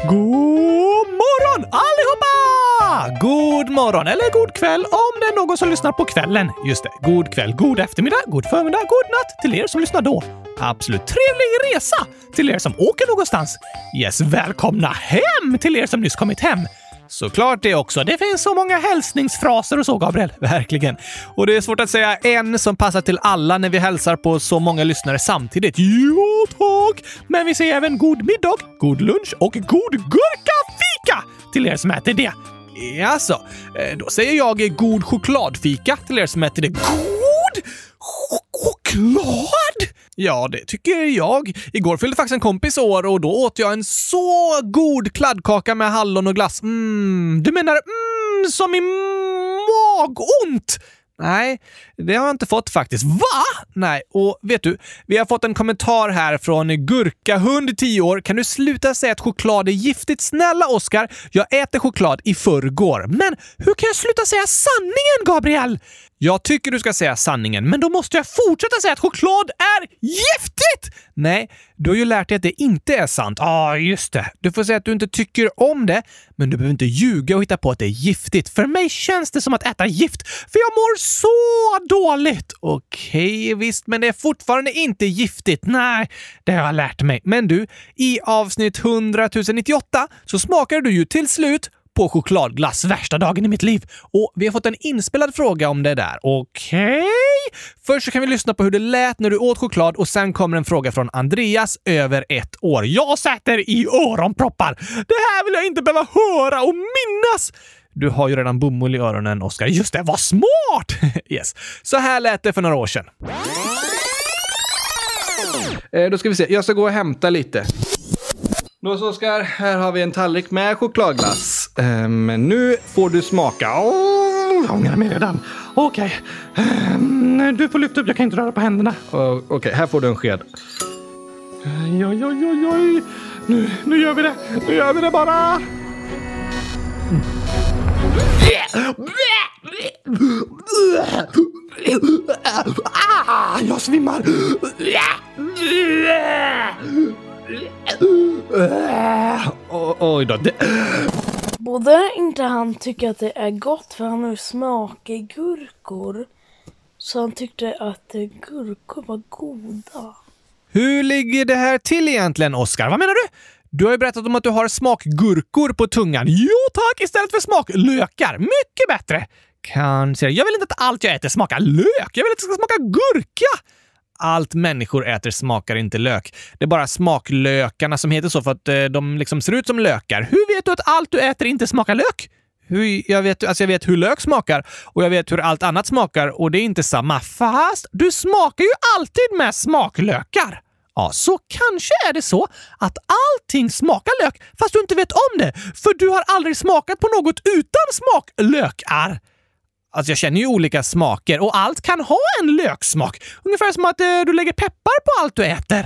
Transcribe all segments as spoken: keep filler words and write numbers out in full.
God morgon allihopa! God morgon eller god kväll om det är någon som lyssnar på kvällen. Just det, god kväll, god eftermiddag, god förmiddag, god natt till er som lyssnar då. Absolut trevlig resa till er som åker någonstans. Yes, välkomna hem till er som nyss kommit hem. Såklart det också. Det finns så många hälsningsfraser och så, Gabriel. Verkligen. Och det är svårt att säga en som passar till alla när vi hälsar på så många lyssnare samtidigt. Jo, tack! Men vi säger även god middag, god lunch och god gurkafika till er som äter det. Alltså, då säger jag god chokladfika till er som äter det. God choklad? Ja, det tycker jag. Igår fyllde faktiskt en kompis år och då åt jag en så god kladdkaka med hallon och glass. Mm, du menar mm, som i magont? Nej, det har jag inte fått faktiskt. Va? Nej, och vet du, vi har fått en kommentar här från Gurkahund tio år. Kan du sluta säga att choklad är giftigt? Snälla Oskar, jag äter choklad i förrgår. Men hur kan jag sluta säga sanningen, Gabriel? Jag tycker du ska säga sanningen, men då måste jag fortsätta säga att choklad är giftigt! Nej, du har ju lärt dig att det inte är sant. Ja, ah, just det. Du får säga att du inte tycker om det, men du behöver inte ljuga och hitta på att det är giftigt. För mig känns det som att äta gift, för jag mår så dåligt. Okej, visst, men det är fortfarande inte giftigt. Nej, det har jag lärt mig. Men du, i avsnitt hundratusen nittioåtta så smakar du ju till slut på chokladglass värsta dagen i mitt liv. Och vi har fått en inspelad fråga om det där. Okej? Först så kan vi lyssna på hur det lät när du åt choklad och sen kommer en fråga från Andreas över ett år. Jag sätter i öronproppar. Det här vill jag inte behöva höra och minnas. Du har ju redan bomull i öronen, Oskar. Just det, vad smart! Yes. Så här lät det för några år sedan. Eh, då ska vi se. Jag ska gå och hämta lite. Då så, Oskar, här har vi en tallrik med chokladglass. Men um, nu får du smaka. Åh, jag ångrar mig redan. Okej, okay. um, du får lyfta upp, jag kan inte röra på händerna. Uh, Okej, okay. Här får du en sked. Oj, oj, oj, oj. Nu, nu gör vi det, nu gör vi det bara. Ah, jag svimmar. Uh, oj då. Det... Borde inte han tycka att det är gott för han har ju smak i gurkor. Så han tyckte att gurkor var goda. Hur ligger det här till egentligen, Oskar? Vad menar du? Du har ju berättat om att du har smakgurkor på tungan. Jo tack, istället för smaklökar. Mycket bättre. Kanske. Jag vill inte att allt jag äter smakar lök. Jag vill att det ska smaka gurka. Allt människor äter smakar inte lök. Det är bara smaklökarna som heter så för att eh, de liksom ser ut som lökar. Hur vet du att allt du äter inte smakar lök? Hur, jag, vet, alltså jag vet hur lök smakar och jag vet hur allt annat smakar och det är inte samma. Fast du smakar ju alltid med smaklökar. Ja, så kanske är det så att allting smakar lök fast du inte vet om det. För du har aldrig smakat på något utan smaklökar. Alltså jag känner ju olika smaker och allt kan ha en löksmak. Ungefär som att eh, du lägger peppar på allt du äter.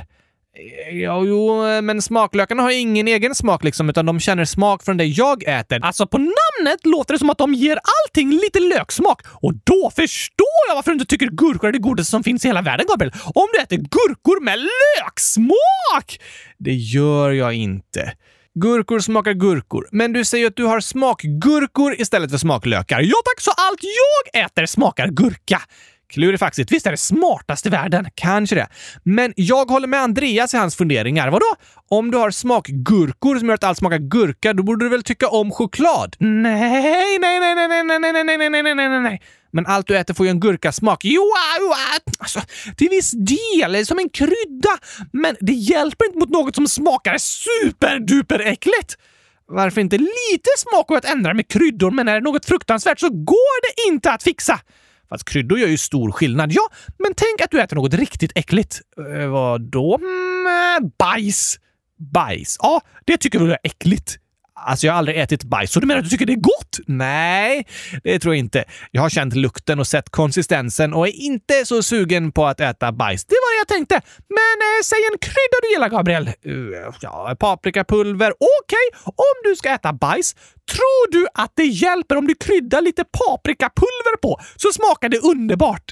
Ja, jo, men smaklökarna har ingen egen smak liksom, utan de känner smak från det jag äter. Alltså på namnet låter det som att de ger allting lite löksmak. Och då förstår jag varför du inte tycker gurkor är det godaste som finns i hela världen, Gabriel. Om du äter gurkor med löksmak! Det gör jag inte. Gurkor smakar gurkor. Men du säger att du har smakgurkor istället för smaklökar. Ja tack, så allt jag äter smakar gurka. Klurifaxigt, visst är det smartast i världen? Kanske det. Men jag håller med Andreas i hans funderingar. Vadå? Om du har smakgurkor som gör att allt smakar gurka, då borde du väl tycka om choklad? Nej, nej, nej, nej, nej, nej, nej, nej, nej, nej, nej, nej, nej. Men allt du äter får ju en gurkasmak. Jo, alltså, till viss del, som en krydda. Men det hjälper inte mot något som smakar superduper äckligt. Varför inte lite smak och att ändra med kryddor, men är det något fruktansvärt så går det inte att fixa. Fast kryddor gör ju stor skillnad. Ja, men tänk att du äter något riktigt äckligt. Eh, vad då? Mm, bajs. Bajs. Ja, det tycker du är äckligt. Alltså jag har aldrig ätit bajs. Så du menar att du tycker det är gott? Nej, det tror jag inte. Jag har känt lukten och sett konsistensen och är inte så sugen på att äta bajs. Det var det jag tänkte. Men eh, säg en krydda du gillar, Gabriel. Uh, ja, paprikapulver. Okej, okay. Om du ska äta bajs, tror du att det hjälper om du kryddar lite paprikapulver på? Så smakar det underbart.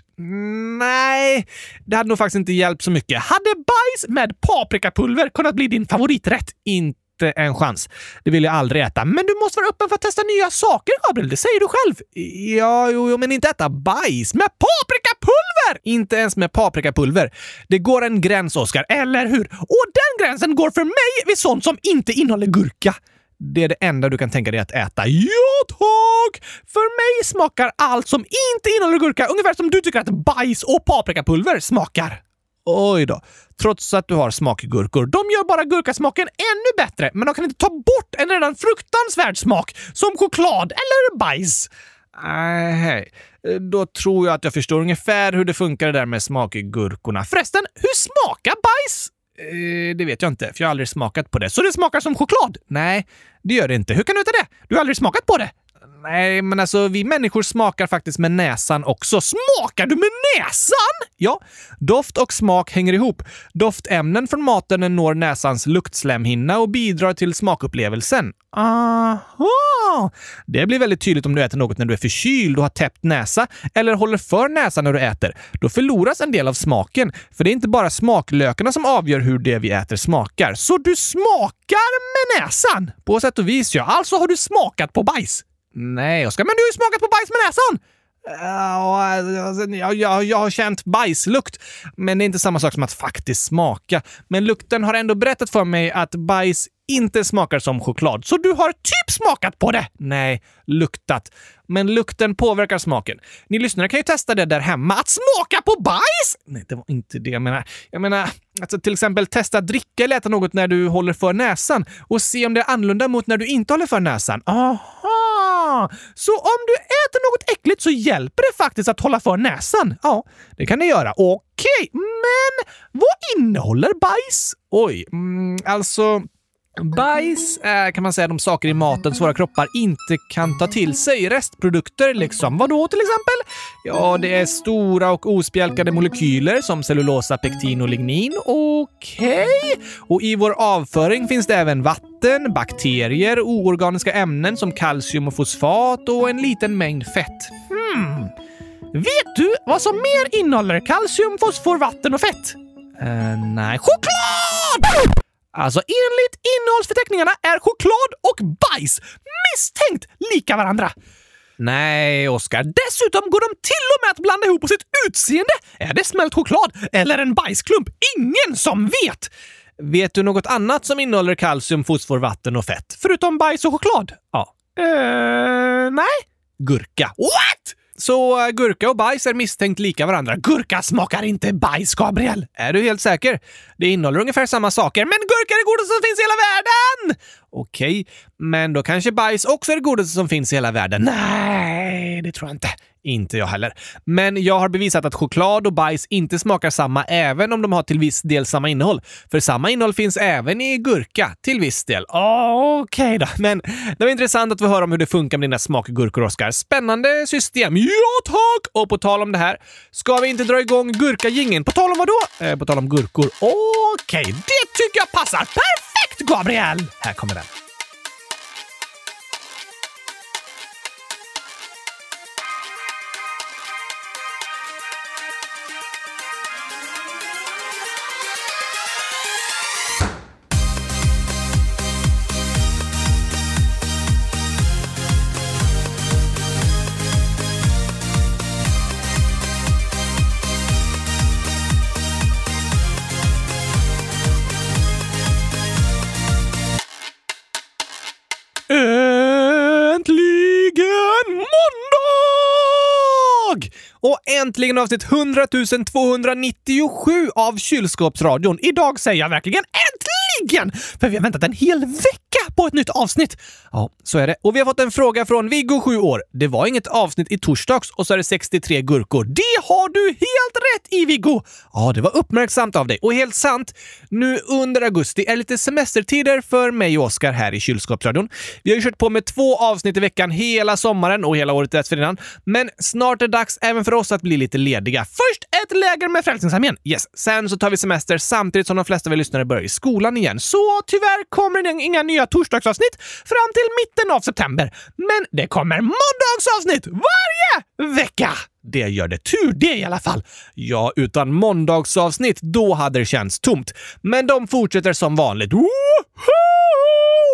Nej, det hade nog faktiskt inte hjälpt så mycket. Hade bajs med paprikapulver kunnat bli din favoriträtt? Inte Inte en chans. Det vill jag aldrig äta. Men du måste vara öppen för att testa nya saker, Gabriel. Det säger du själv. Ja, jo, jo men inte äta bajs med paprikapulver! Inte ens med paprikapulver. Det går en gräns, Oskar, eller hur? Och den gränsen går för mig vid sånt som inte innehåller gurka. Det är det enda du kan tänka dig att äta. Ja, tack! För mig smakar allt som inte innehåller gurka ungefär som du tycker att bajs och paprikapulver smakar. Oj då. Trots att du har smakgurkor. De gör bara gurkasmaken ännu bättre, men de kan inte ta bort en redan fruktansvärd smak som choklad eller bajs. Nej, då tror jag att jag förstår ungefär hur det funkar det där med smakgurkorna. Förresten, hur smakar bajs? Eh, det vet jag inte, för jag har aldrig smakat på det. Så det smakar som choklad? Nej, det gör det inte. Hur kan du veta det? Du har aldrig smakat på det? Nej, men alltså vi människor smakar faktiskt med näsan också. Smakar du med näsan? Ja, doft och smak hänger ihop. Doftämnen från maten når näsans luktslemhinna och bidrar till smakupplevelsen. Aha! Det blir väldigt tydligt om du äter något när du är förkyld och har täppt näsa eller håller för näsan när du äter. Då förloras en del av smaken, för det är inte bara smaklökarna som avgör hur det vi äter smakar. Så du smakar med näsan? På sätt och vis, ja. Alltså har du smakat på bajs? Nej, Oskar, men du har ju smakat på bajs med näsan! Uh, jag, jag, jag har känt bajslukt, men det är inte samma sak som att faktiskt smaka. Men lukten har ändå berättat för mig att bajs inte smakar som choklad. Så du har typ smakat på det? Nej, luktat. Men lukten påverkar smaken. Ni lyssnare kan ju testa det där hemma. Att smaka på bajs? Nej, det var inte det jag menar. Jag menar, alltså till exempel testa att dricka eller äta något när du håller för näsan och se om det är annorlunda mot när du inte håller för näsan. Aha! Så om du äter något äckligt så hjälper det faktiskt att hålla för näsan? Ja, det kan det göra. Okej, men vad innehåller bajs? Oj, mm, alltså... Bajs är, kan man säga, de saker i maten som våra kroppar inte kan ta till sig. Restprodukter liksom. Vad då till exempel? Ja, det är stora och ospjälkade molekyler som cellulosa, pektin och lignin. Okej. Okay. Och i vår avföring finns det även vatten, bakterier, oorganiska ämnen som kalcium och fosfat och en liten mängd fett. Hmm. Vet du vad som mer innehåller kalcium, fosfor, vatten och fett? Uh, nej. Choklad! Alltså enligt innehållsförteckningarna är choklad och bajs misstänkt lika varandra. Nej, Oskar. Dessutom går de till och med att blanda ihop på sitt utseende. Är det smält choklad eller en bajsklump? Ingen som vet. Vet du något annat som innehåller kalcium, fosfor, vatten och fett? Förutom bajs och choklad? Ja. Uh, nej. Gurka. What? Så uh, gurka och bajs är misstänkt lika varandra. Gurka smakar inte bajs, Gabriel. Är du helt säker? Det innehåller ungefär samma saker, men gurka är det godaste som finns i hela världen! Okej, men då kanske bajs också är det godaste som finns i hela världen. Nej, det tror jag inte. Inte jag heller. Men jag har bevisat att choklad och bajs inte smakar samma även om de har till viss del samma innehåll. För samma innehåll finns även i gurka till viss del. Oh, okej okay då. Men det var intressant att få höra om hur det funkar med dina smakgurkor, Oskar. Spännande system. Ja, tack! Och på tal om det här, ska vi inte dra igång gurkagingen? På tal om vad då? Eh, på tal om gurkor. Okej, okay, det tycker jag passar perfekt, Gabriel! Här kommer den. Och äntligen avsnitt hundratusen tvåhundranittiosju av Kylskåpsradion. Idag säger jag verkligen äntligen! För vi har väntat en hel vecka på ett nytt avsnitt. Ja, så är det. Och vi har fått en fråga från Viggo, sju år. Det var inget avsnitt i torsdags och så är det sextiotre gurkor. Det har du helt rätt i, Viggo! Ja, det var uppmärksamt av dig. Och helt sant, nu under augusti är lite semestertider för mig och Oskar här i Kylskåpsradion. Vi har ju kört på med två avsnitt i veckan hela sommaren och hela året dessförinnan. Men snart är det dags även för oss att bli lite lediga. Först ett läger med Frälsningsarmén. Yes. Sen så tar vi semester samtidigt som de flesta av er lyssnare börjar i skolan igen. Så tyvärr kommer det inga nya torsdagsavsnitt fram till mitten av september. Men det kommer måndagsavsnitt varje vecka! Det gör det. Tur det i alla fall. Ja, utan måndagsavsnitt, då hade det känts tomt. Men de fortsätter som vanligt. Woho!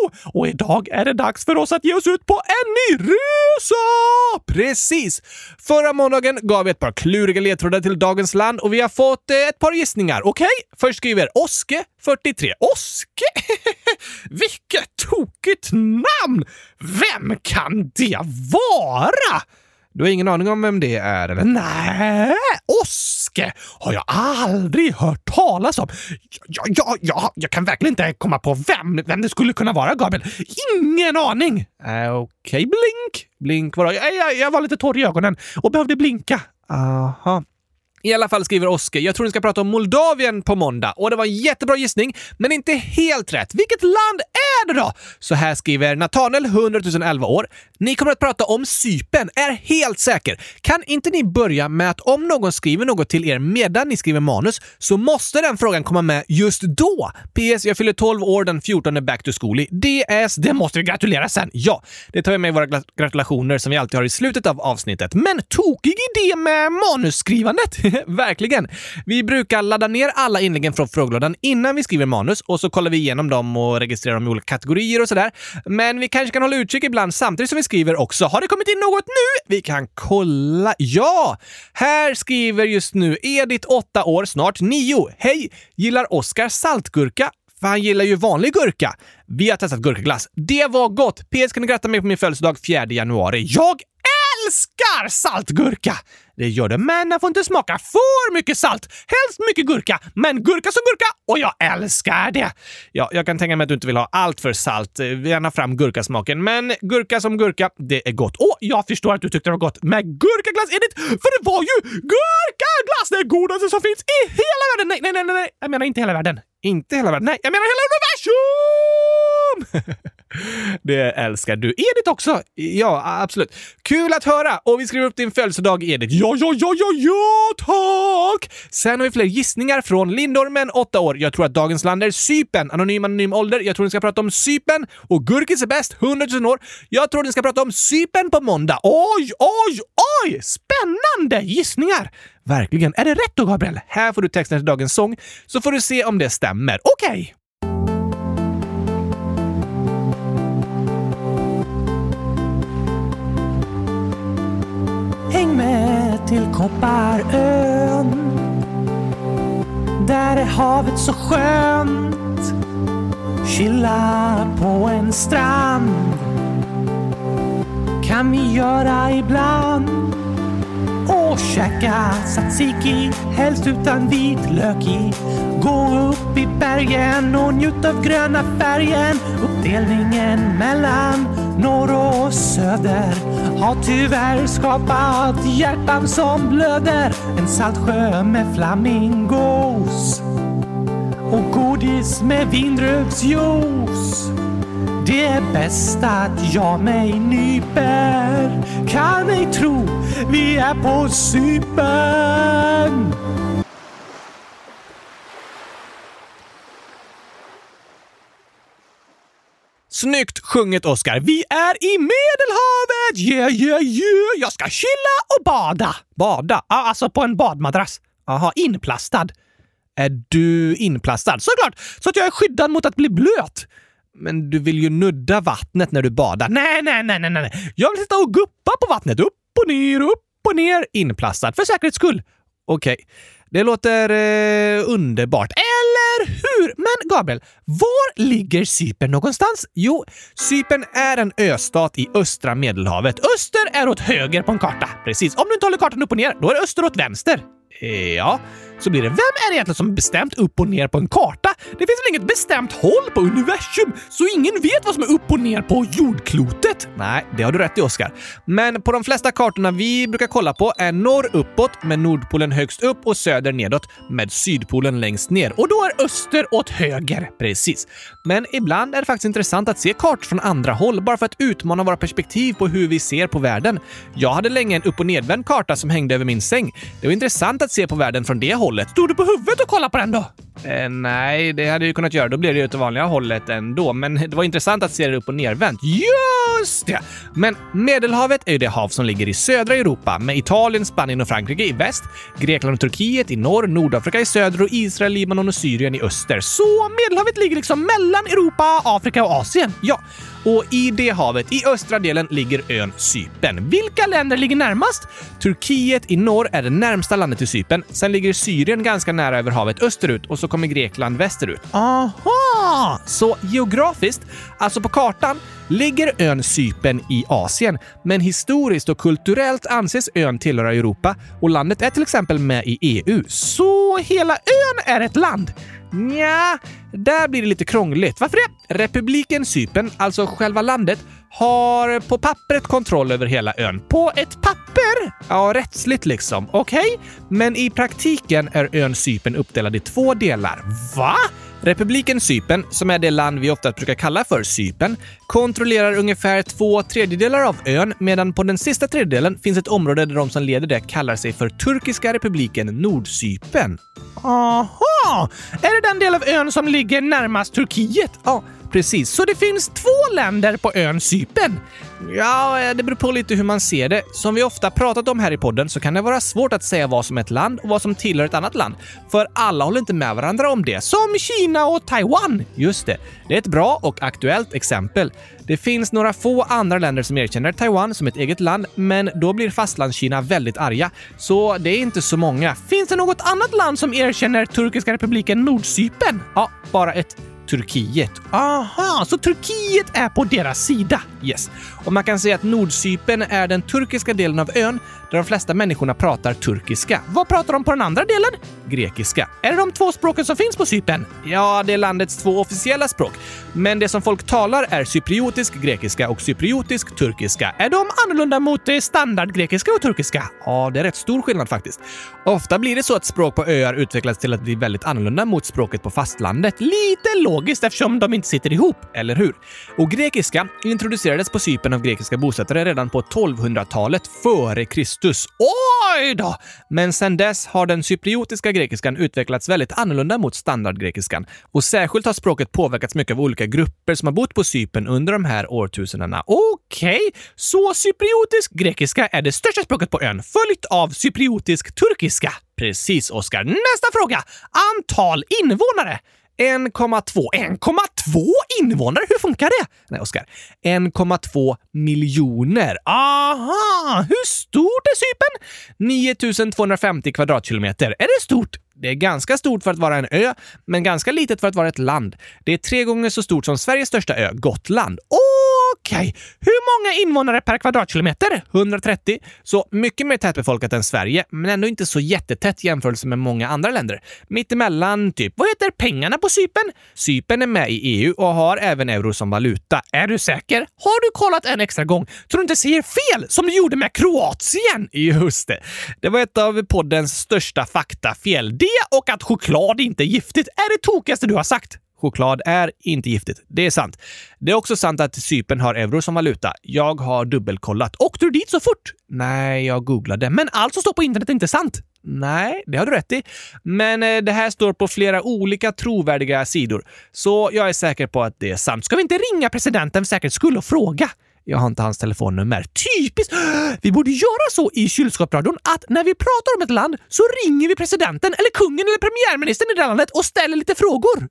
Och idag är det dags för oss att ge oss ut på en ny resa! Precis! Förra måndagen gav vi ett par kluriga ledtrådar till dagens land och vi har fått eh, ett par gissningar. Okej? Okay? Först skriver Oske fyrtiotre. Oske? Vilket tokigt namn! Vem kan det vara? Du har ingen aning om vem det är, eller? Nej, Oske har jag aldrig hört talas om. Jag, jag, jag, jag kan verkligen inte komma på vem, vem det skulle kunna vara, Gabriel. Ingen aning. Äh, Okej, okay. Blink. Blink var det. Jag, jag, jag var lite torr i ögonen och behövde blinka. Aha. I alla fall skriver Oskar, jag tror ni ska prata om Moldavien på måndag. Och det var en jättebra gissning, men inte helt rätt. Vilket land är det då? Så här skriver Nathaniel, hundra tusen elva år. Ni kommer att prata om Cypern, är helt säker. Kan inte ni börja med att om någon skriver något till er medan ni skriver manus så måste den frågan komma med just då. P S, jag fyller tolv år den fjortonde back to school. D S, det måste vi gratulera sen. Ja, det tar jag med i våra gratulationer som vi alltid har i slutet av avsnittet. Men tokig idé med manusskrivandet. Verkligen. Vi brukar ladda ner alla inläggen från frågelådan innan vi skriver manus och så kollar vi igenom dem och registrerar dem i olika kategorier och sådär. Men vi kanske kan hålla utkik ibland samtidigt som vi skriver också. Har det kommit in något nu? Vi kan kolla. Ja! Här skriver just nu Edith, åtta år, snart nio. Hej! Gillar Oskar saltgurka? För han gillar ju vanlig gurka. Vi har testat gurkaglass. Det var gott. P S, kan du gratta mig på min födelsedag fjärde januari. Jag älskar saltgurka! Det gör det, men den får inte smaka för mycket salt. Helst mycket gurka, men gurka som gurka och jag älskar det. Ja, jag kan tänka mig att du inte vill ha allt för salt. Gärna fram gurkasmaken, men gurka som gurka, det är gott. Och jag förstår att du tyckte det var gott med gurkaglass, Edith, för det var ju gurkaglass, det godaste som finns i hela världen. Nej, nej, nej, nej, jag menar inte hela världen. Inte hela världen, nej, jag menar hela universum! Det älskar du. Edith också? Ja, absolut. Kul att höra. Och vi skriver upp din födelsedag, Edith. Ja, ja, ja, ja, ja, tack! Sen har vi fler gissningar från Lindormen, åtta år. Jag tror att dagens land är Cypern. Anonym, anonym ålder. Jag tror ni ska prata om Cypern. Och Gurkis är bäst, hundra tusen år. Jag tror ni ska prata om Cypern på måndag. Oj, oj, oj! Spännande gissningar! Verkligen. Är det rätt då, Gabriel? Här får du texten till dagens sång, så får du se om det stämmer. Okej! Okay. Häng med till Kopparön. Där är havet så skönt. Chilla på en strand kan vi göra ibland. Och käka tzatziki, helst utan vitlök i. Gå upp i bergen och njut av gröna färgen. Uppdelningen mellan norr och söder har tyvärr skapat hjärtan som blöder. En saltsjö med flamingos och godis med vindruvsjuice. Det är bäst att jag mig nyper. Kan ej tro vi är på Cypern. Snyggt sjunget, Oskar. Vi är i Medelhavet! Yeah, yeah, yeah! Jag ska chilla och bada. Bada? Ah, alltså på en badmadrass. Aha, inplastad. Är du inplastad? Såklart! Så att jag är skyddad mot att bli blöt. Men du vill ju nudda vattnet när du badar. Nej, nej, nej, nej, nej. Jag vill sitta och guppa på vattnet. Upp och ner, upp och ner. Inplastad. För säkerhets skull. Okej. Okay. Det låter eh, underbart. Eller hur? Men Gabriel, var ligger Cypern någonstans? Jo, Cypern är en östat i östra Medelhavet. Öster är åt höger på en karta. Precis. Om du inte håller kartan upp och ner, då är öster åt vänster. Ja, så blir det. Vem är det egentligen som bestämt upp och ner på en karta? Det finns väl inget bestämt håll på universum, så ingen vet vad som är upp och ner på jordklotet. Nej, det har du rätt i, Oskar. Men på de flesta kartorna vi brukar kolla på är norr uppåt med Nordpolen högst upp och söder nedåt med Sydpolen längst ner. Och då är öster åt höger. Precis. Men ibland är det faktiskt intressant att se kartor från andra håll bara för att utmana våra perspektiv på hur vi ser på världen. Jag hade länge en upp- och nedvänd karta som hängde över min säng. Det var intressant att se på världen från det hållet. Stod du på huvudet och kolla på den då? Eh, nej, det hade jag kunnat göra. Då blev det ju åt det vanliga hållet ändå. Men det var intressant att se det upp- och nervänt. Ja, Just det! Men Medelhavet är ju det hav som ligger i södra Europa med Italien, Spanien och Frankrike i väst, Grekland och Turkiet i norr, Nordafrika i söder och Israel, Libanon och Syrien i öster. Så Medelhavet ligger liksom mellan Europa, Afrika och Asien. Ja, och i det havet, i östra delen, ligger ön Cypern. Vilka länder ligger närmast? Turkiet i norr är det närmsta landet till Cypern. Sen ligger Syrien ganska nära över havet österut och så kommer Grekland västerut. Aha! Så geografiskt, alltså på kartan, ligger ön Cypern i Asien, men historiskt och kulturellt anses ön tillhöra Europa och landet är till exempel med i E U. Så hela ön är ett land? Nja, där blir det lite krångligt. Varför det? Republiken Cypern, alltså själva landet, har på pappret kontroll över hela ön. På ett papper? Ja, rättsligt liksom. Okej? Okay? Men i praktiken är ön Cypern uppdelad i två delar. Va? Republiken Cypern, som är det land vi ofta brukar kalla för Cypern, kontrollerar ungefär två tredjedelar av ön, medan på den sista tredjedelen finns ett område där de som leder det kallar sig för Turkiska republiken Nordcypern. Aha! Är det den del av ön som ligger närmast Turkiet? Ja, precis. Så det finns två länder på ön Cypern. Ja, det beror på lite hur man ser det. Som vi ofta pratat om här i podden så kan det vara svårt att säga vad som är ett land och vad som tillhör ett annat land. För alla håller inte med varandra om det. Som Kina och Taiwan. Just det. Det är ett bra och aktuellt exempel. Det finns några få andra länder som erkänner Taiwan som ett eget land, men då blir fastlandskina väldigt arga. Så det är inte så många. Finns det något annat land som erkänner Turkiska republiken Nordcypern? Ja, bara ett. Turkiet. Aha, så Turkiet är på deras sida. Yes. Och man kan säga att Nordcypern är den turkiska delen av ön där de flesta människorna pratar turkiska. Vad pratar de på den andra delen? Grekiska. Är det de två språken som finns på Cypern? Ja, det är landets två officiella språk. Men det som folk talar är cypriotisk grekiska och cypriotisk turkiska. Är de annorlunda mot standardgrekiska och turkiska? Ja, det är rätt stor skillnad faktiskt. Ofta blir det så att språk på öar utvecklas till att bli väldigt annorlunda mot språket på fastlandet. Lite logiskt eftersom de inte sitter ihop, eller hur? Och grekiska introducerades på Cypern av grekiska bosättare redan på tolvhundratalet före Kristus. Oj då! Men sedan dess har den cypriotiska grekiskan utvecklats väldigt annorlunda mot standardgrekiskan. Och särskilt har språket påverkats mycket av olika grupper som har bott på Cypern under de här årtusendena. Okej, okay. Så cypriotisk grekiska är det största språket på ön, följt av cypriotisk turkiska. Precis, Oskar. Nästa fråga. Antal invånare. en komma två. en komma två invånare? Hur funkar det? Nej, Oskar. en komma två miljoner. Aha! Hur stort är Cypern? nio tusen tvåhundrafemtio kvadratkilometer. Är det stort? Det är ganska stort för att vara en ö, men ganska litet för att vara ett land. Det är tre gånger så stort som Sveriges största ö, Gotland. Okej, okay. Hur många invånare per kvadratkilometer? hundratrettio. Så mycket mer tätbefolkat än Sverige, men ändå inte så jättetätt jämförelse med många andra länder. Mittemellan, typ. Vad heter pengarna på Cypern? Cypern är med i E U och har även euro som valuta. Är du säker? Har du kollat en extra gång? Så du inte säger fel, som du gjorde med Kroatien? Just det. Det var ett av poddens största faktafel. Det och att choklad inte är giftigt är det tokigaste du har sagt. Choklad är inte giftigt. Det är sant. Det är också sant att Cypern har euro som valuta. Jag har dubbelkollat. Åkte du dit så fort? Nej, jag googlade. Men allt som står på internet är inte sant. Nej, det har du rätt i. Men eh, det här står på flera olika trovärdiga sidor. Så jag är säker på att det är sant. Ska vi inte ringa presidenten för säkerhets skull och fråga? Jag har inte hans telefonnummer. Typiskt! Vi borde göra så i kylskåpsradion att när vi pratar om ett land så ringer vi presidenten eller kungen eller premiärministern i det landet och ställer lite frågor.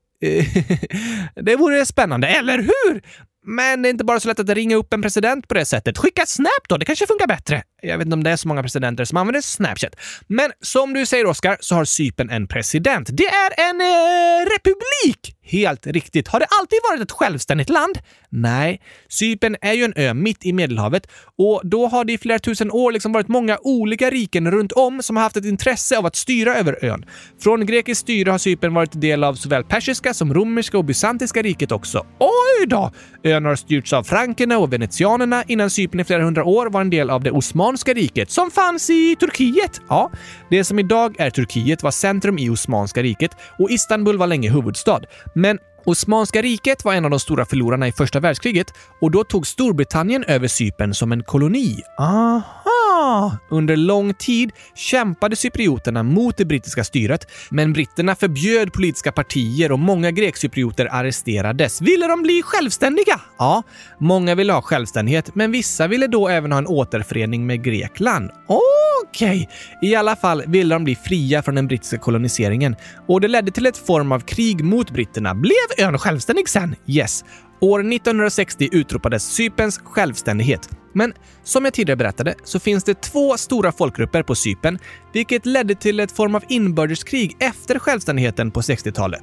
Det vore spännande, eller hur? Men det är inte bara så lätt att ringa upp en president på det sättet. Skicka Snap då, det kanske funkar bättre. Jag vet inte om det är så många presidenter som använder Snapchat. Men som du säger, Oskar, så har Cypern en president. Det är en eh, republik! Helt riktigt. Har det alltid varit ett självständigt land? Nej. Cypern är ju en ö mitt i Medelhavet och då har det i flera tusen år liksom varit många olika riken runt om som har haft ett intresse av att styra över ön. Från grekiskt styre har Cypern varit del av såväl persiska som romerska och bysantiska riket också. Oj då! Ön har styrts av frankerna och venetianerna innan Cypern i flera hundra år var en del av det Osmanska riket som fanns i Turkiet. Ja, det som idag är Turkiet var centrum i Osmanska riket och Istanbul var länge huvudstad. Men Osmanska riket var en av de stora förlorarna i första världskriget och då tog Storbritannien över Cypern som en koloni. Aha! Aha! Under lång tid kämpade cyprioterna mot det brittiska styret, men britterna förbjöd politiska partier och många grekcyprioter arresterades. Ville de bli självständiga? Ja, många ville ha självständighet, men vissa ville då även ha en återförening med Grekland. Okej, okay. I alla fall ville de bli fria från den brittiska koloniseringen, och det ledde till ett form av krig mot britterna. Blev ön självständig sen? Yes. År nittonhundrasextio utropades Cyperns självständighet. Men som jag tidigare berättade så finns det två stora folkgrupper på Cypern, vilket ledde till ett form av inbördeskrig efter självständigheten på sextiotalet.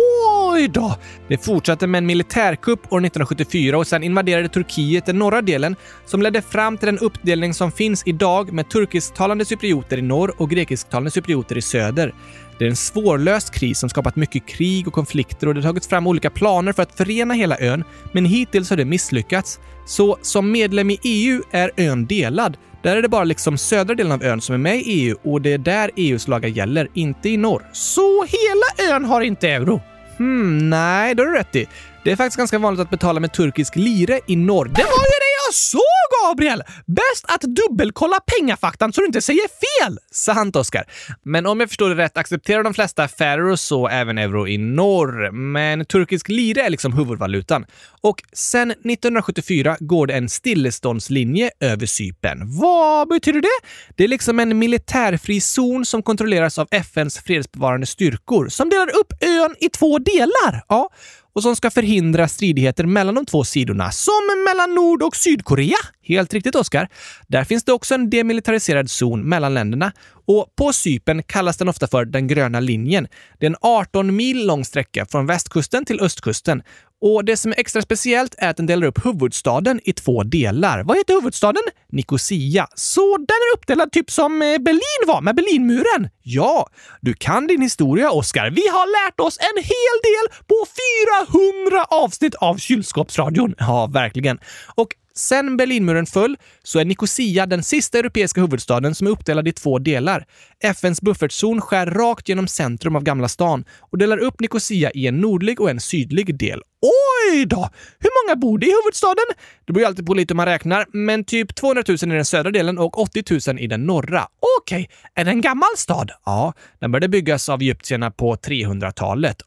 Oj då! Det fortsatte med en militärkupp år nittonhundrasjuttiofyra och sen invaderade Turkiet den norra delen, som ledde fram till den uppdelning som finns idag med turkisktalande cyprioter i norr och grekisktalande cyprioter i söder. Det är en svårlöst kris som skapat mycket krig och konflikter, och det har tagits fram olika planer för att förena hela ön, men hittills har det misslyckats. Så som medlem i E U är ön delad. Där är det bara liksom södra delen av ön som är med i E U, och det är där E U:s lagar gäller, inte i norr. Så hela ön har inte euro? Hmm, nej, det har du rätt i. Det är faktiskt ganska vanligt att betala med turkisk lire i norr. Det var ju det jag såg, Gabriel! Bäst att dubbelkolla pengafaktan så du inte säger fel! Sant, Oskar. Men om jag förstår det rätt accepterar de flesta affärer och så även euro i norr. Men turkisk lire är liksom huvudvalutan. Och sen nittonhundrasjuttiofyra går det en stilleståndslinje över Cypern. Vad betyder det? Det är liksom en militärfri zon som kontrolleras av F N:s fredsbevarande styrkor som delar upp ön i två delar. Ja, och som ska förhindra stridigheter mellan de två sidorna, som mellan Nord- och Sydkorea. Helt riktigt, Oskar. Där finns det också en demilitariserad zon mellan länderna, och på Cypern kallas den ofta för den gröna linjen. Det är en arton mil lång sträcka från västkusten till östkusten. Och det som är extra speciellt är att den delar upp huvudstaden i två delar. Vad heter huvudstaden? Nicosia. Så den är uppdelad typ som Berlin var med Berlinmuren. Ja, du kan din historia, Oskar. Vi har lärt oss en hel del på fyrahundra avsnitt av Kylskåpsradion. Ja, verkligen. Och sen Berlinmuren föll så är Nicosia den sista europeiska huvudstaden som är uppdelad i två delar. F N:s buffertzon skär rakt genom centrum av Gamla stan och delar upp Nicosia i en nordlig och en sydlig del. Oj då! Hur många bor det i huvudstaden? Det beror ju alltid på lite hur man räknar, men typ tvåhundratusen i den södra delen och åttio tusen i den norra. Okej, är det en gammal stad? Ja, den började byggas av egyptierna på trehundratalet.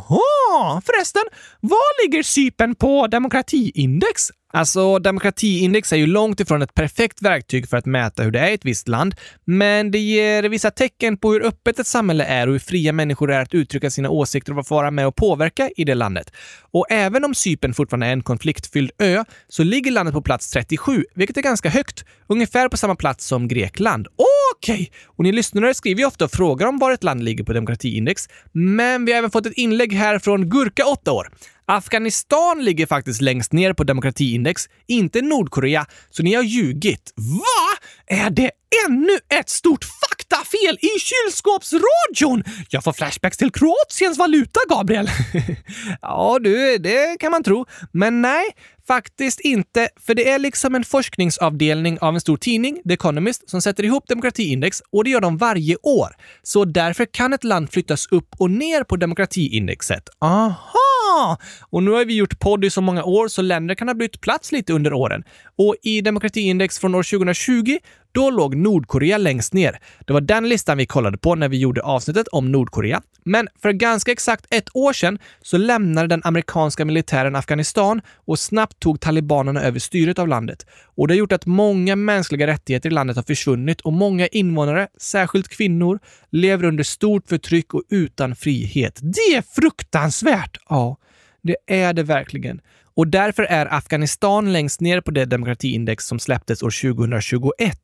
Aha! Förresten, var ligger Cypern på demokratiindex? Alltså, demokratiindex är ju långt ifrån ett perfekt verktyg för att mäta hur det är i ett visst land, men det ger vissa tecken på hur öppet ett samhälle är och hur fria människor är att uttrycka sina åsikter och få vara med och påverka i det landet. Och även om Cypern fortfarande är en konfliktfylld ö så ligger landet på plats trettiosju, vilket är ganska högt, ungefär på samma plats som Grekland. Okej! Okay. Och ni lyssnare skriver ju ofta och frågar om var ett land ligger på demokratiindex, men vi har även fått ett inlägg här från Gurka, åtta år. Afghanistan ligger faktiskt längst ner på demokratiindex, inte Nordkorea, så ni har ljugit. Va? Är det ännu ett stort faktafel i Kylskåpsradion? Jag får flashbacks till Kroatiens valuta, Gabriel. Ja, du, det kan man tro. Men nej, faktiskt inte, för det är liksom en forskningsavdelning av en stor tidning, The Economist, som sätter ihop demokratiindex, och det gör de varje år. Så därför kan ett land flyttas upp och ner på demokratiindexet. Aha! Och nu har vi gjort podd i så många år så länder kan ha bytt plats lite under åren. Och i demokratiindex från år tjugohundratjugo, då låg Nordkorea längst ner. Det var den listan vi kollade på när vi gjorde avsnittet om Nordkorea. Men för ganska exakt ett år sedan så lämnade den amerikanska militären Afghanistan och snabbt tog talibanerna över styret av landet. Och det har gjort att många mänskliga rättigheter i landet har försvunnit och många invånare, särskilt kvinnor, lever under stort förtryck och utan frihet. Det är fruktansvärt! Ja, det är det verkligen. Och därför är Afghanistan längst ner på det demokratiindex som släpptes år tjugohundratjugoett.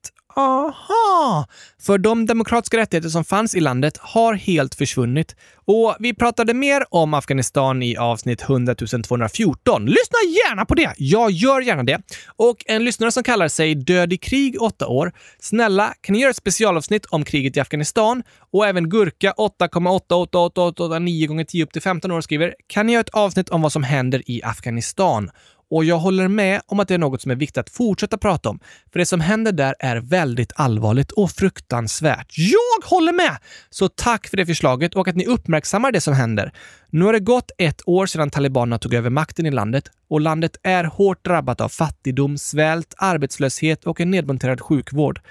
Aha! För de demokratiska rättigheter som fanns i landet har helt försvunnit. Och vi pratade mer om Afghanistan i avsnitt hundratusen tvåhundrafjorton. Lyssna gärna på det! Jag gör gärna det. Och en lyssnare som kallar sig Död i krig åtta år. Snälla, kan ni göra ett specialavsnitt om kriget i Afghanistan? Och även Gurka åtta komma åtta åtta åtta åtta nio gånger tio upp till femton år skriver: kan ni göra ett avsnitt om vad som händer i Afghanistan? Och jag håller med om att det är något som är viktigt att fortsätta prata om. För det som händer där är väldigt allvarligt och fruktansvärt. Jag håller med! Så tack för det förslaget och att ni uppmärksammar det som händer. Nu har det gått ett år sedan talibanerna tog över makten i landet. Och landet är hårt drabbat av fattigdom, svält, arbetslöshet och en nedmonterad sjukvård.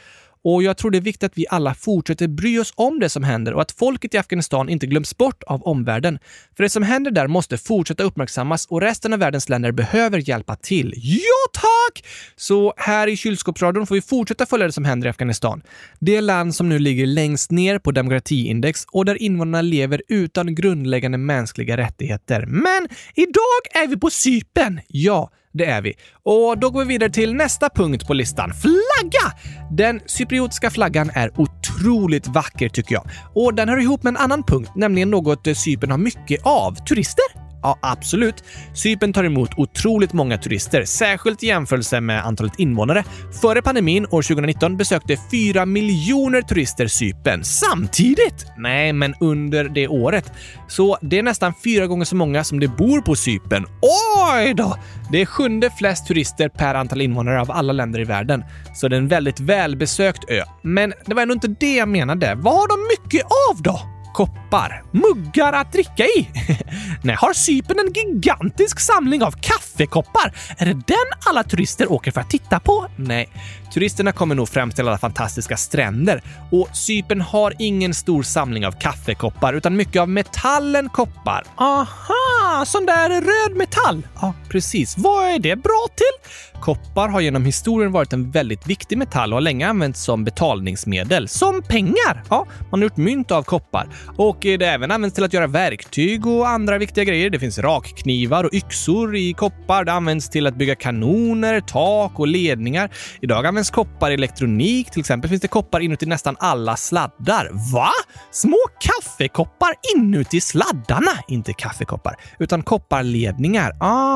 Och jag tror det är viktigt att vi alla fortsätter bry oss om det som händer och att folket i Afghanistan inte glöms bort av omvärlden. För det som händer där måste fortsätta uppmärksammas och resten av världens länder behöver hjälpa till. Ja, tack! Så här i Kylskåpsradion får vi fortsätta följa det som händer i Afghanistan. Det land som nu ligger längst ner på demokratiindex och där invånarna lever utan grundläggande mänskliga rättigheter. Men idag är vi på Cypern. Ja, det är vi. Och då går vi vidare till nästa punkt på listan. Flagga! Den cypriotiska flaggan är otroligt vacker tycker jag. Och den hör ihop med en annan punkt, nämligen något Cypern har mycket av. Turister? Ja, absolut. Cypern tar emot otroligt många turister, särskilt i jämförelse med antalet invånare. Före pandemin år tjugonitton besökte fyra miljoner turister Cypern samtidigt. Nej, men under det året. Så det är nästan fyra gånger så många som det bor på Cypern. Oj då! Det är sjunde flest turister per antal invånare av alla länder i världen. Så det är en väldigt välbesökt ö. Men det var ändå inte det jag menade. Vad har de mycket av då? Koppar. Muggar att dricka i. Nej, har Cypern en gigantisk samling av kaffekoppar? Är det den alla turister åker för att titta på? Nej, turisterna kommer nog främst till alla fantastiska stränder. Och Cypern har ingen stor samling av kaffekoppar utan mycket av metallen koppar. Aha, sån där röd metall. Ja, precis. Vad är det bra till? Koppar har genom historien varit en väldigt viktig metall och har länge använts som betalningsmedel. Som pengar. Ja, man har gjort mynt av koppar. Och det är även används till att göra verktyg och andra viktiga grejer. Det finns rakknivar och yxor i koppar. Det används till att bygga kanoner, tak och ledningar. Idag används koppar i elektronik. Till exempel finns det koppar inuti nästan alla sladdar. Va? Små kaffekoppar inuti sladdarna? Inte kaffekoppar, utan kopparledningar.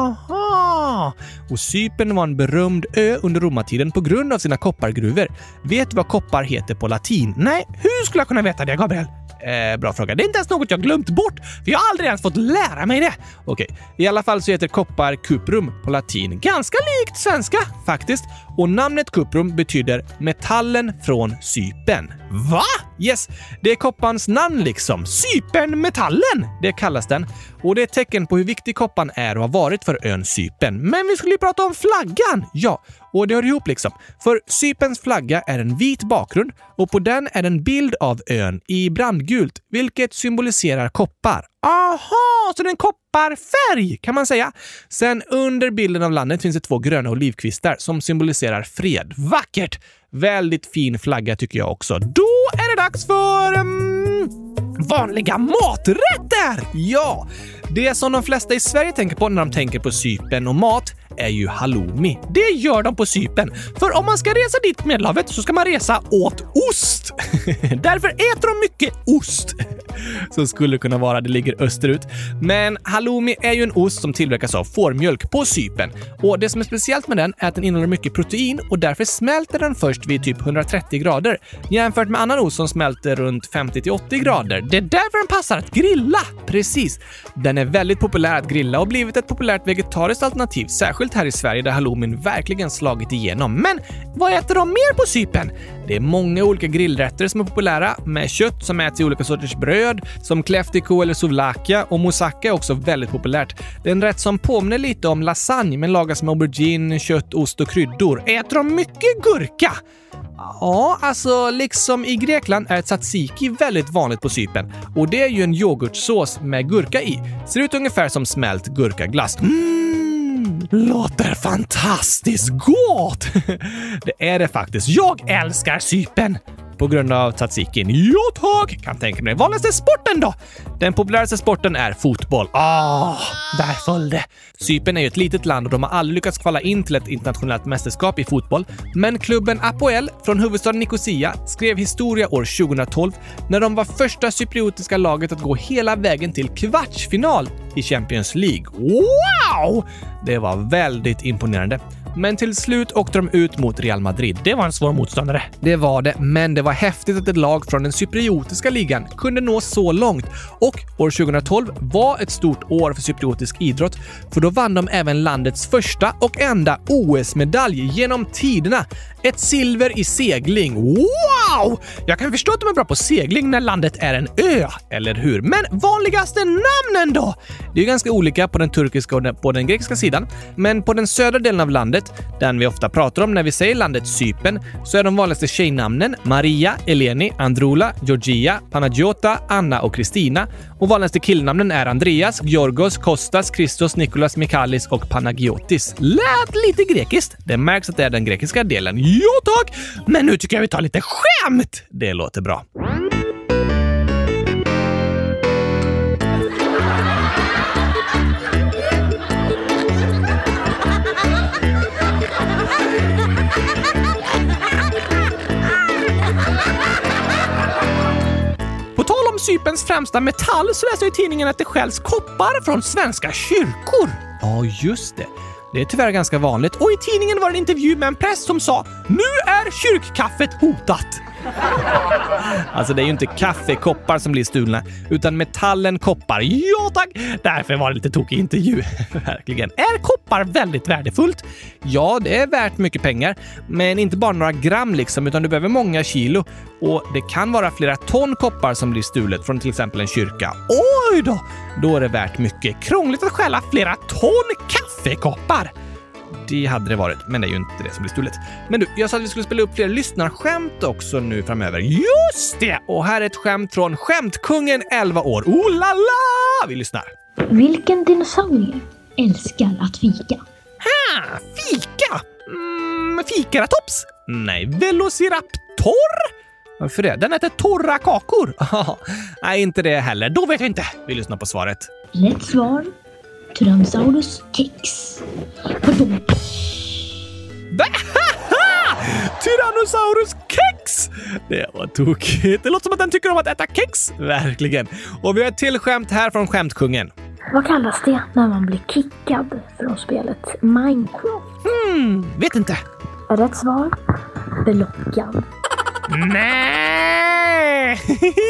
Aha! Och Cypern var en berömd ö under romartiden på grund av sina koppargruvor. Vet du vad koppar heter på latin? Nej, hur skulle jag kunna veta det, Gabriel? Eh, bra fråga. Det är inte ens något jag glömt bort, för jag har aldrig ens fått lära mig det. Okej, i alla fall så heter koppar cuprum på latin. Ganska likt svenska, faktiskt. Och namnet cuprum betyder metallen från Cypern. Va? Yes, det är kopparns namn liksom. Cypernmetallen, det kallas den. Och det är ett tecken på hur viktig kopparn är och har varit för ön Cypern. Men vi skulle ju prata om flaggan. Ja, och det hör ihop liksom. För Cyperns flagga är en vit bakgrund och på den är en bild av ön i brandgult, vilket symboliserar koppar. Aha, så det är en kopparfärg kan man säga. Sen under bilden av landet finns det två gröna olivkvistar som symboliserar fred. Vackert! Väldigt fin flagga tycker jag också. Då är det dags för um, vanliga maträtter! Ja, det som de flesta i Sverige tänker på när de tänker på Cypern och mat är ju halloumi. Det gör de på Cypern. För om man ska resa dit på Medelhavet så ska man resa åt ost. Därför äter de mycket ost. Så skulle det kunna vara, det ligger österut. Men halloumi är ju en ost som tillverkas av fårmjölk på Cypern. Och det som är speciellt med den är att den innehåller mycket protein och därför smälter den först vid typ hundratrettio grader. Jämfört med annan ost som smälter runt femtio till åttio grader. Det är därför den passar att grilla. Precis. Den är väldigt populär att grilla och blivit ett populärt vegetariskt alternativ. Särskilt här i Sverige där halloumin verkligen slagit igenom. Men vad äter de mer på Cypern? Det är många olika grillrätter som är populära med kött som äts i olika sorters bröd som kleftiko eller souvlaki och moussaka är också väldigt populärt. Det är en rätt som påminner lite om lasagne men lagas med aubergine, kött, ost och kryddor. Äter de mycket gurka? Ja, alltså liksom i Grekland är tzatziki väldigt vanligt på Cypern och det är ju en yoghurtsås med gurka i. Ser ut ungefär som smält gurkaglass. Mm, låter fantastiskt gott! Det är det faktiskt. Jag älskar Cypern! På grund av tzatzikin. Ja tack! Kan tänka mig. Vanligaste sporten då? Den populäraste sporten är fotboll. Ah, där föll det. Cypern är ju ett litet land och de har aldrig lyckats kvala in till ett internationellt mästerskap i fotboll. Men klubben Apoel från huvudstaden Nicosia skrev historia år tjugohundratolv när de var första cypriotiska laget att gå hela vägen till kvartsfinal i Champions League. Wow! Det var väldigt imponerande. Men till slut åkte de ut mot Real Madrid. Det var en svår motståndare. Det var det, men det var häftigt att ett lag från den cypriotiska ligan kunde nå så långt. Och år tjugohundratolv var ett stort år för cypriotisk idrott, för då vann de även landets första och enda O S-medalj genom tiderna. Ett silver i segling. Wow! Jag kan förstå att de är bra på segling när landet är en ö, eller hur? Men vanligaste namnen då? Det är ju ganska olika på den turkiska och på den grekiska sidan. Men på den södra delen av landet, landet, den vi ofta pratar om när vi säger landet Cypern, så är de vanligaste tjejnamnen Maria, Eleni, Androula, Georgia, Panagiota, Anna och Kristina. Och vanligaste killnamnen är Andreas, Georgos, Kostas, Christos, Nikolas, Mikalis och Panagiotis. Lät lite grekiskt. Det märks att det är den grekiska delen. Ja tack! Men nu tycker jag vi tar lite skämt. Det låter bra. På tal om Cyperns främsta metall så läser jag i tidningen att det skälls koppar från svenska kyrkor. Ja, just det. Det är tyvärr ganska vanligt. Och i tidningen var det en intervju med en präst som sa: nu är kyrkkaffet hotat. Alltså det är ju inte kaffekoppar som blir stulna, utan metallen koppar. Ja tack! Därför var det lite tokig intervju. Verkligen. Är koppar väldigt värdefullt? Ja, det är värt mycket pengar. Men inte bara några gram liksom, utan du behöver många kilo. Och det kan vara flera ton koppar som blir stulet från till exempel en kyrka. Oj då! Då är det värt mycket. Krångligt att stjäla flera ton kaffekoppar. Det hade det varit, men det är ju inte det som blir stulet. Men du, jag sa att vi skulle spela upp fler lyssnarskämt också nu framöver. Just det! Och här är ett skämt från Skämtkungen elva år. Oh la la! Vi lyssnar. Vilken dinosaurie älskar att fika? Ha! Fika? Mm, fikaratops? Nej, Velociraptor? Varför det? Den äter torra kakor. Nej, inte det heller. Då vet jag inte. Vi lyssnar på svaret. Rätt svar. Tyrannosaurus kex. Pardon. Tyrannosaurus kex! Det var tokigt. Det låter som att den tycker om att äta kex. Verkligen. Och vi har ett till skämt här från Skämtkungen. Vad kallas det när man blir kickad från spelet Minecraft? Hmm, vet inte. Rätt svar. Blockad. Nej!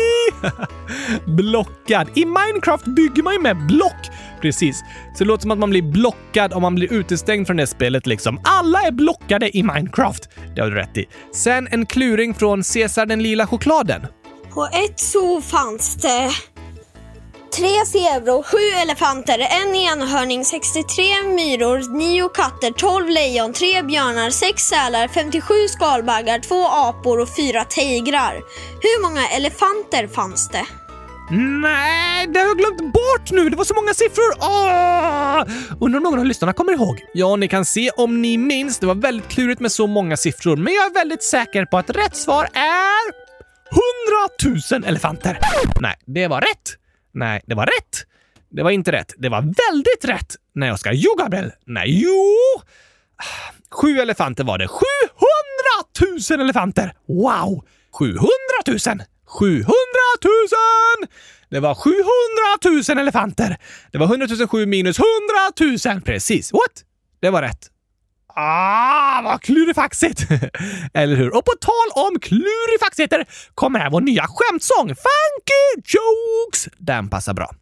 Blockad. I Minecraft bygger man ju med block. Precis. Så det låter som att man blir blockad om man blir utestängd från det spelet liksom. Alla är blockade i Minecraft. Det har du rätt i. Sen en kluring från Cesar den lila chokladen. På ett zoo fanns det tre zebror, sju elefanter, en enhörning, sextiotre myror, nio katter, tolv lejon, tre björnar, sex sälar, femtiosju skalbaggar, två apor och fyra tigrar. Hur många elefanter fanns det? Nej, det har jag glömt bort nu. Det var så många siffror. Åh! Undrar om någon av lyssnarna kommer ihåg. Ja, ni kan se om ni minns. Det var väldigt klurigt med så många siffror. Men jag är väldigt säker på att rätt svar är hundratusen elefanter. Nej, det var rätt. Nej, det var rätt. Det var inte rätt. Det var väldigt rätt. Nej, Oskar. Jo, Gabriel. Nej, jo. Sju elefanter var det. sjuhundratusen elefanter. Wow. sjuhundratusen. sjuhundratusen! Det var sjuhundratusen elefanter. Det var hundratusen sju minus hundratusen. Precis. What? Det var rätt. Ah, vad klurifaxigt. Eller hur? Och på tal om klurifaxigheter kommer här vår nya skämtsång. Funky Jokes. Den passar bra.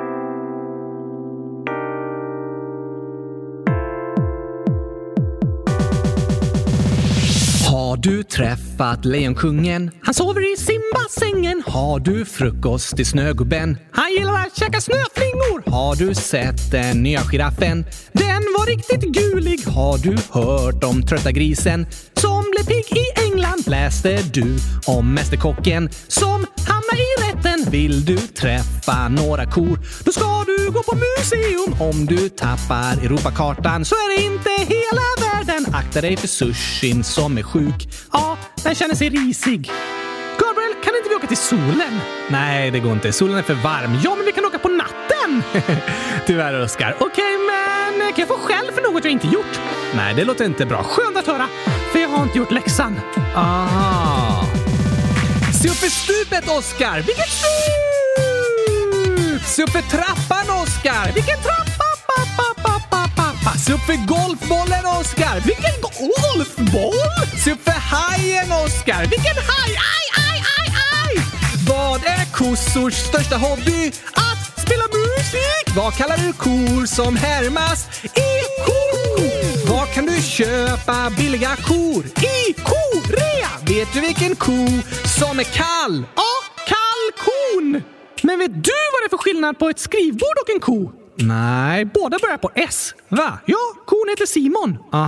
Har du träffat lejonkungen? Han sover i simbassängen. Har du frukost i snögubben? Han gillar att käka snöflingor. Har du sett den nya giraffen? Den var riktigt gulig. Har du hört om trötta grisen som blev pigg i England? Läste du om mästerkocken som hamnar i rätten? Vill du träffa några kor? Då ska du gå på museum. Om du tappar Europakartan så är det inte hela världen. Akta dig för sushin som är sjuk. Ja, den känner sig risig. Gabriel, kan inte vi åka till solen? Nej, det går inte. Solen är för varm. Ja, men vi kan åka på natten. Tyvärr, Oskar. Okej, okay, men kan jag få skäll för något jag inte gjort? Nej, det låter inte bra. Skönt att höra, för jag har inte gjort läxan. Aha. Se upp för stupet, Oskar. Vilket stup! Se upp för trappan, Oskar. Vilken trappa? Se upp för golfbollen, Oskar. Vilken golfboll? Se upp för hajen, Oskar. Vilken haj? Aj, aj, aj, aj! Vad är kossors största hobby? Att spela musik. Vad kallar du kor som härmas i kor? Var kan du köpa billiga kor? I Korea. Vet du vilken ko som är kall? Ja, kalkon. Men vet du vad det är för skillnad på ett skrivbord och en ko? Nej, båda börjar på S. Va? Ja, kon heter Simon. Aha.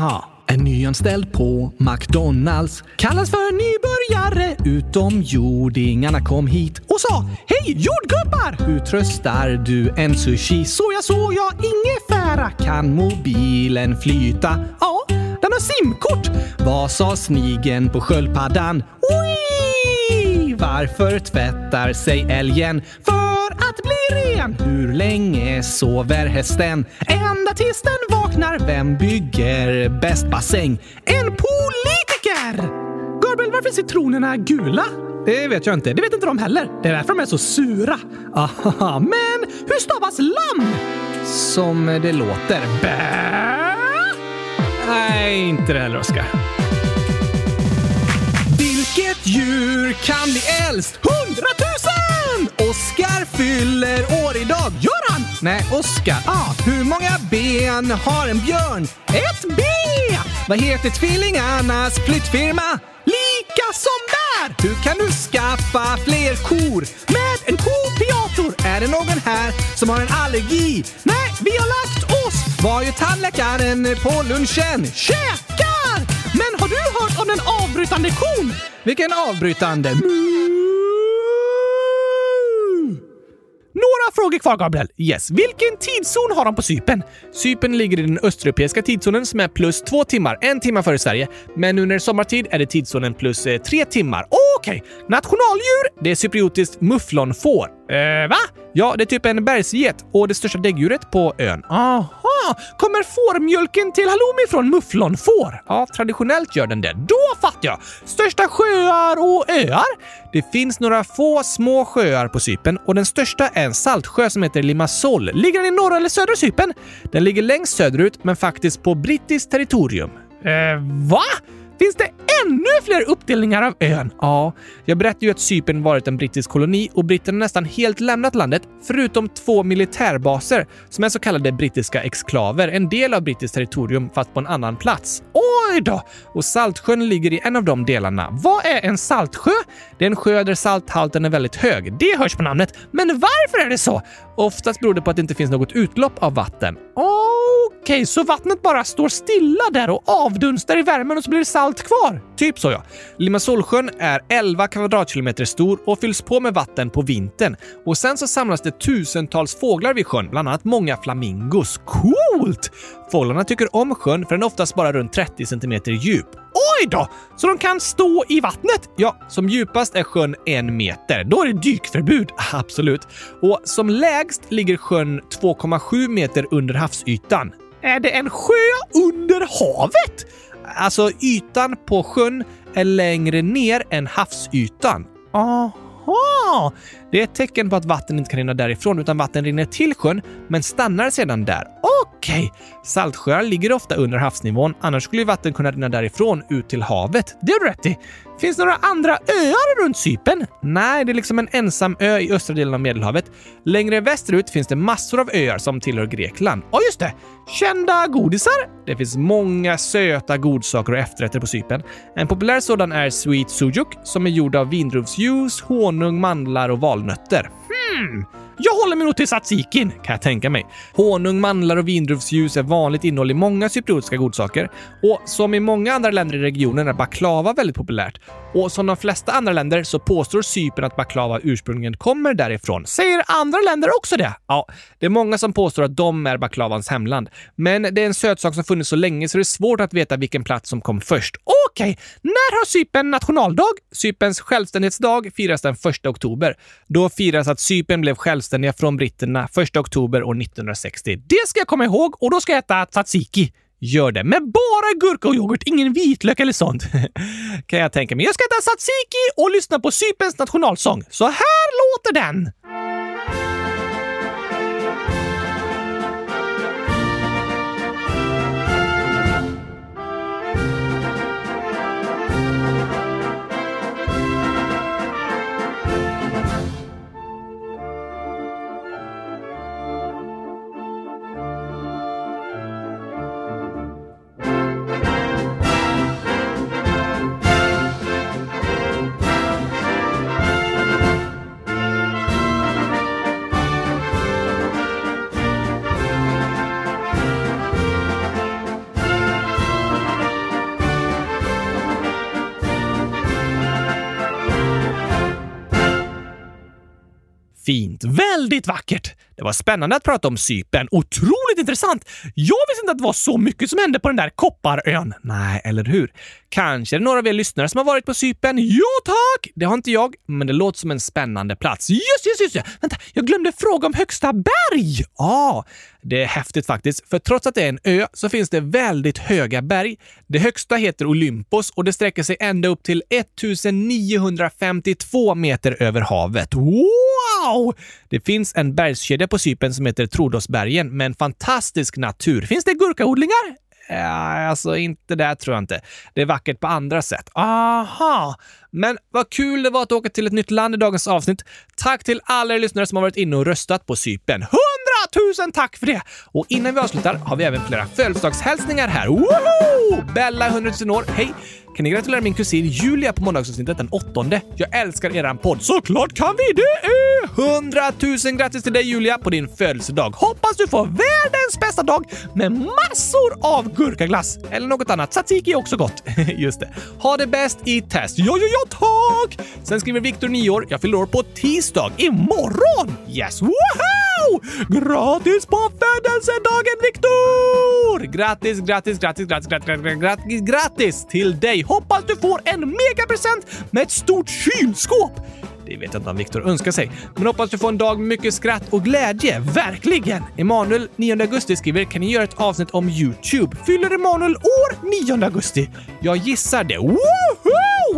En nyanställd på McDonalds kallas för nybörjare. Utomjordingarna kom hit och sa: hej jordgubbar! Hur tröstar du en sushi? Soja, soja, ingefära. Kan mobilen flyta? Ja, den har simkort. Vad sa snigen på sköldpaddan? Oi! Varför tvättar sig älgen? För att bli ren. Hur länge sover hästen? Ända tills den vaknar. Vem bygger bäst bassäng? En politiker! Gabriel, varför är citronerna gula? Det vet jag inte. Det vet inte de heller. Det är därför de är så sura. Aha, men hur stavas lamm? Som det låter. Bä? Nej, inte det heller, Oskar. Vilket djur kan bli äldst? Hundratusen! Oskar fyller år idag. Gör han? Nej, Oskar. Ah, hur många ben har en björn? Ett B! Vad heter tvillingarnas flyttfirma? Lika som där! Hur kan du skaffa fler kor? Med en kopiator. Är det någon här som har en allergi? Nej, vi har lagt oss. Var ju tandläkaren på lunchen? Käkar! Men har du hört om den avbrytande kon? Vilken avbrytande? Några frågor kvar, Gabriel. Yes. Vilken tidszon har de på Cypern? Cypern ligger i den östeuropeiska tidszonen som är plus två timmar, en timme före Sverige. Men nu när det är sommartid är det tidszonen plus eh, tre timmar. Okej. Okay. Nationaldjur, det är cypriotiskt mufflonfår. Eh, va? Ja, det är typ en bergsget och det största däggdjuret på ön. Aha. Kommer fårmjölken till halloumi från mufflonfår? Ja, traditionellt gör den det. Då fattar jag. Största sjöar och öar? Det finns några få små sjöar på Cypern och den största är en saltsjö som heter Limassol. Ligger den i norra eller södra Cypern? Den ligger längst söderut men faktiskt på brittiskt territorium. Eh, va? Finns det ännu fler uppdelningar av ön? Ja, jag berättade ju att Cypern varit en brittisk koloni och britterna nästan helt lämnat landet förutom två militärbaser som är så kallade brittiska exklaver, en del av brittiskt territorium fast på en annan plats. Oj då! Och Saltsjön ligger i en av de delarna. Vad är en saltsjö? Det är en sjö där salthalten är väldigt hög. Det hörs på namnet. Men varför är det så? Oftast beror det på att det inte finns något utlopp av vatten. Okej, okay, så vattnet bara står stilla där och avdunstar i värmen och så blir det salt kvar. Typ så, ja. Limassolsjön är elva kvadratkilometer stor och fylls på med vatten på vintern. Och sen så samlas det tusentals fåglar vid sjön, bland annat många flamingos. Coolt! Fåglarna tycker om sjön för den är oftast bara runt trettio centimeter djup. Oj då! Så de kan stå i vattnet? Ja, som djupast är sjön en meter. Då är det dykförbud. Absolut. Och som lägst ligger sjön två komma sju meter under havsytan. Är det en sjö under havet? Alltså ytan på sjön är längre ner än havsytan. Aha! Det är ett tecken på att vatten inte kan rinna därifrån utan vatten rinner till sjön men stannar sedan där. Okej, okay. Saltsjöar ligger ofta under havsnivån, annars skulle vatten kunna rinna därifrån ut till havet. Det är du rätt i. Finns det några andra öar runt Cypern? Nej, det är liksom en ensam ö i östra delen av Medelhavet. Längre västerut finns det massor av öar som tillhör Grekland. Ja, just det. Kända godisar? Det finns många söta godsaker och efterrätter på Cypern. En populär sådan är Sweet Sujuk som är gjord av vindruvsjuice, honung, mandlar och valnötter. Hmm... Jag håller mig nog till tzatzikin, kan jag tänka mig. Honung, mandlar och vindruvsljus är vanligt innehåll i många cypriotiska godsaker. Och som i många andra länder i regionen är baklava väldigt populärt. Och som de flesta andra länder så påstår Cypern att baklava ursprungligen kommer därifrån. Säger andra länder också det? Ja, det är många som påstår att de är baklavans hemland. Men det är en sötsak som funnits så länge så det är svårt att veta vilken plats som kom först. Okej, okay. När har Cypern nationaldag? Cyperns självständighetsdag firas den första oktober. Då firas att Cypern blev självständiga från britterna första oktober år nittonhundrasextio. Det ska jag komma ihåg och då ska jag äta tzatziki. Gör det med bara gurka och yoghurt, ingen vitlök eller sånt. Kan jag tänka mig. Jag ska äta tzatziki och lyssna på Cyperns nationalsång. Så här låter den. Fint, väldigt vackert. Det var spännande att prata om Cypern. Otroligt intressant. Jag visste inte att det var så mycket som hände på den där kopparön. Nej, eller hur? Kanske är det några av er lyssnare som har varit på Cypern. Ja, tack! Det har inte jag, men det låter som en spännande plats. Just, just, just. Vänta, jag glömde fråga om högsta berg. Ja, ah, det är häftigt faktiskt. För trots att det är en ö så finns det väldigt höga berg. Det högsta heter Olympos och det sträcker sig ända upp till nittonhundrafemtiotvå meter över havet. Wow! Det finns en bergskedja på Cypern som heter Trodosbergen med en fantastisk natur. Finns det gurkaodlingar? Ja, alltså inte där tror jag inte. Det är vackert på andra sätt. Aha! Men vad kul det var att åka till ett nytt land i dagens avsnitt. Tack till alla er lyssnare som har varit inne och röstat på Cypern. Hundratusen tack för det! Och innan vi avslutar har vi även flera födelsedagshälsningar här. Woho! Bella, hundratusen år. Hej! Kan ni gratulera min kusin Julia på måndagsavsnittet den åttonde? Jag älskar eran podd. Såklart kan vi det! Hundratusen grattis till dig Julia på din födelsedag. Hoppas du får världens bästa dag med massor av gurkaglass. Eller något annat. Tzatziki är också gott. Just det. Ha det bäst i test. Ja, ja, ja, tack! Sen skriver Viktor nio år. Jag fyller år på tisdag. Imorgon! Yes! Woho! Gratis på födelsedagen, Viktor! Grattis, grattis, grattis, grattis, grattis, grattis, grattis till dig. Hoppas du får en megapresent med ett stort kylskåp. Det vet jag inte om Viktor önskar sig. Men hoppas du får en dag med mycket skratt och glädje. Verkligen! Emanuel nionde augusti skriver: kan ni göra ett avsnitt om YouTube? Fyller Emanuel år nionde augusti? Jag gissar det. Woho!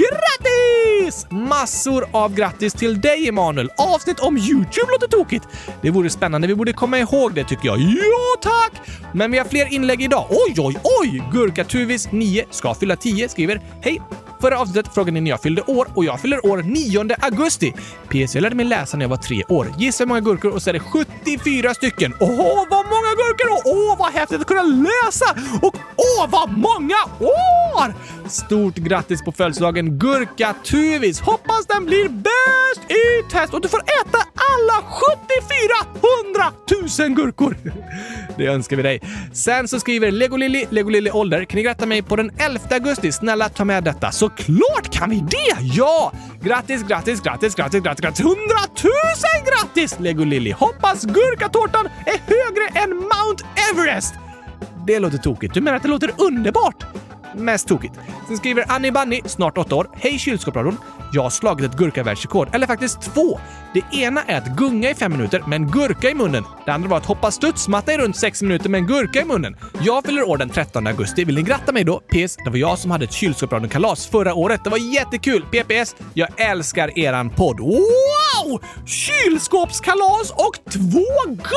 Grattis! Massor av grattis till dig, Emanuel. Avsnitt om YouTube låter tokigt. Det vore spännande. Vi borde komma ihåg det, tycker jag. Ja, tack! Men vi har fler inlägg idag. Oj, oj, oj! Gurkatuvis nio ska fylla tio skriver: hej! Förra avsnittet frågade ni när jag fyllde år och jag fyller år nionde augusti. P S jag lärde mig läsa när jag var tre år. Gissa hur många gurkor och så är det sjuttiofyra stycken. Åh, vad många gurkor! Och åh, vad häftigt att kunna läsa! Och åh, vad många år! Stort grattis på födelsedagen Gurkatuvis. Hoppas den blir bäst i test och du får äta alla sjuttiofyra hundratusen gurkor. Det önskar vi dig. Sen så skriver Lego Lilly, Lego Lilly ålder. Kan ni gratta mig på den elfte augusti? Snälla ta med detta. Såklart kan vi det! Ja! Grattis, grattis, grattis, grattis, grattis, grattis. Hundratusen grattis, Lego Lilly. Hoppas gurkatårtan är högre än Mount Everest. Det låter tokigt. Du menar att det låter underbart? Mest tokigt. Sen skriver Annie Bunny, snart åtta år. Hej kylskåpsradion. Jag har slagit ett gurkavärldsrekord. Eller faktiskt två. Det ena är att gunga i fem minuter med en gurka i munnen. Det andra var att hoppa studsmatta i runt sex minuter med en gurka i munnen. Jag fyller år den trettonde augusti. Vill ni gratta mig då? P S. Det var jag som hade ett kylskåpsradion-kalas förra året. Det var jättekul. P P S. Jag älskar eran podd. Wow! Kylskåpskalas och två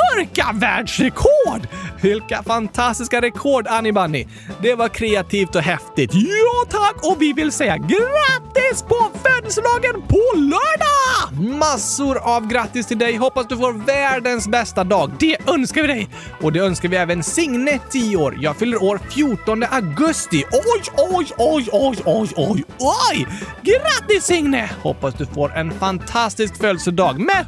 gurkavärldsrekord! Vilka fantastiska rekord, Annie Bunny. Det var kreativt och häftigt. Ja, tack! Och vi vill säga grattis på födelsedagen på lördag! Massor av grattis till dig. Hoppas du får världens bästa dag. Det önskar vi dig. Och det önskar vi även Signe, tio år. Jag fyller år fjortonde augusti. Oj, oj, oj, oj, oj, oj, oj! Grattis, Signe! Hoppas du får en fantastisk födelsedag med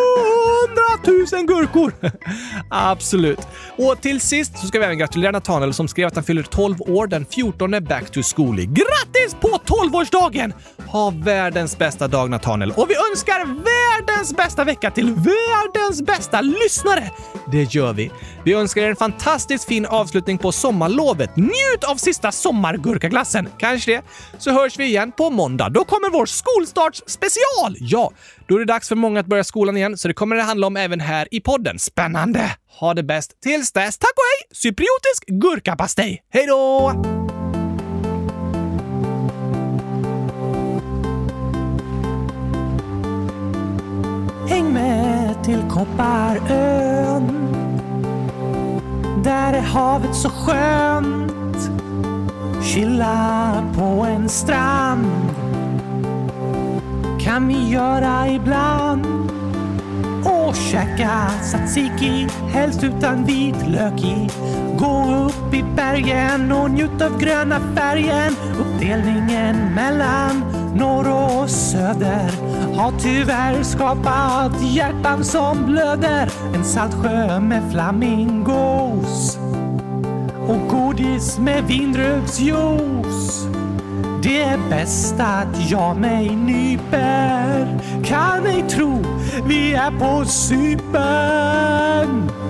hundratusen gurkor. Absolut. Och till sist så ska vi även gratulera Nathanael som skrev att han fyller tolv år den fjortonde back to school. Grattis på tolvårsdagen! Ha världens bästa dag, Nathanael. Och vi önskar världens bästa vecka till världens bästa lyssnare. Det gör vi. Vi önskar er en fantastiskt fin avslutning på sommarlovet. Njut av sista sommargurkaglassen. Kanske det. Så hörs vi igen på måndag. Då kommer vår skolstarts special. Ja, då är det dags för många att börja skolan igen. Så det kommer det handla om även här i podden. Spännande. Ha det bäst tills dess. Tack och hej. Cypriotisk gurkapastej. Hej då! Häng med till Kopparön. Där är havet så skönt. Chilla på en strand kan vi göra ibland. Och käka tzatziki, helst utan vitlök i. Gå upp i bergen och njut av gröna färgen. Uppdelningen mellan norr och söder har tyvärr skapat hjärtan som blöder. En saltsjö med flamingos och godis med vindruvsjuice. Det är bäst att jag mig nyper. Kan ej tro vi är på Cypern.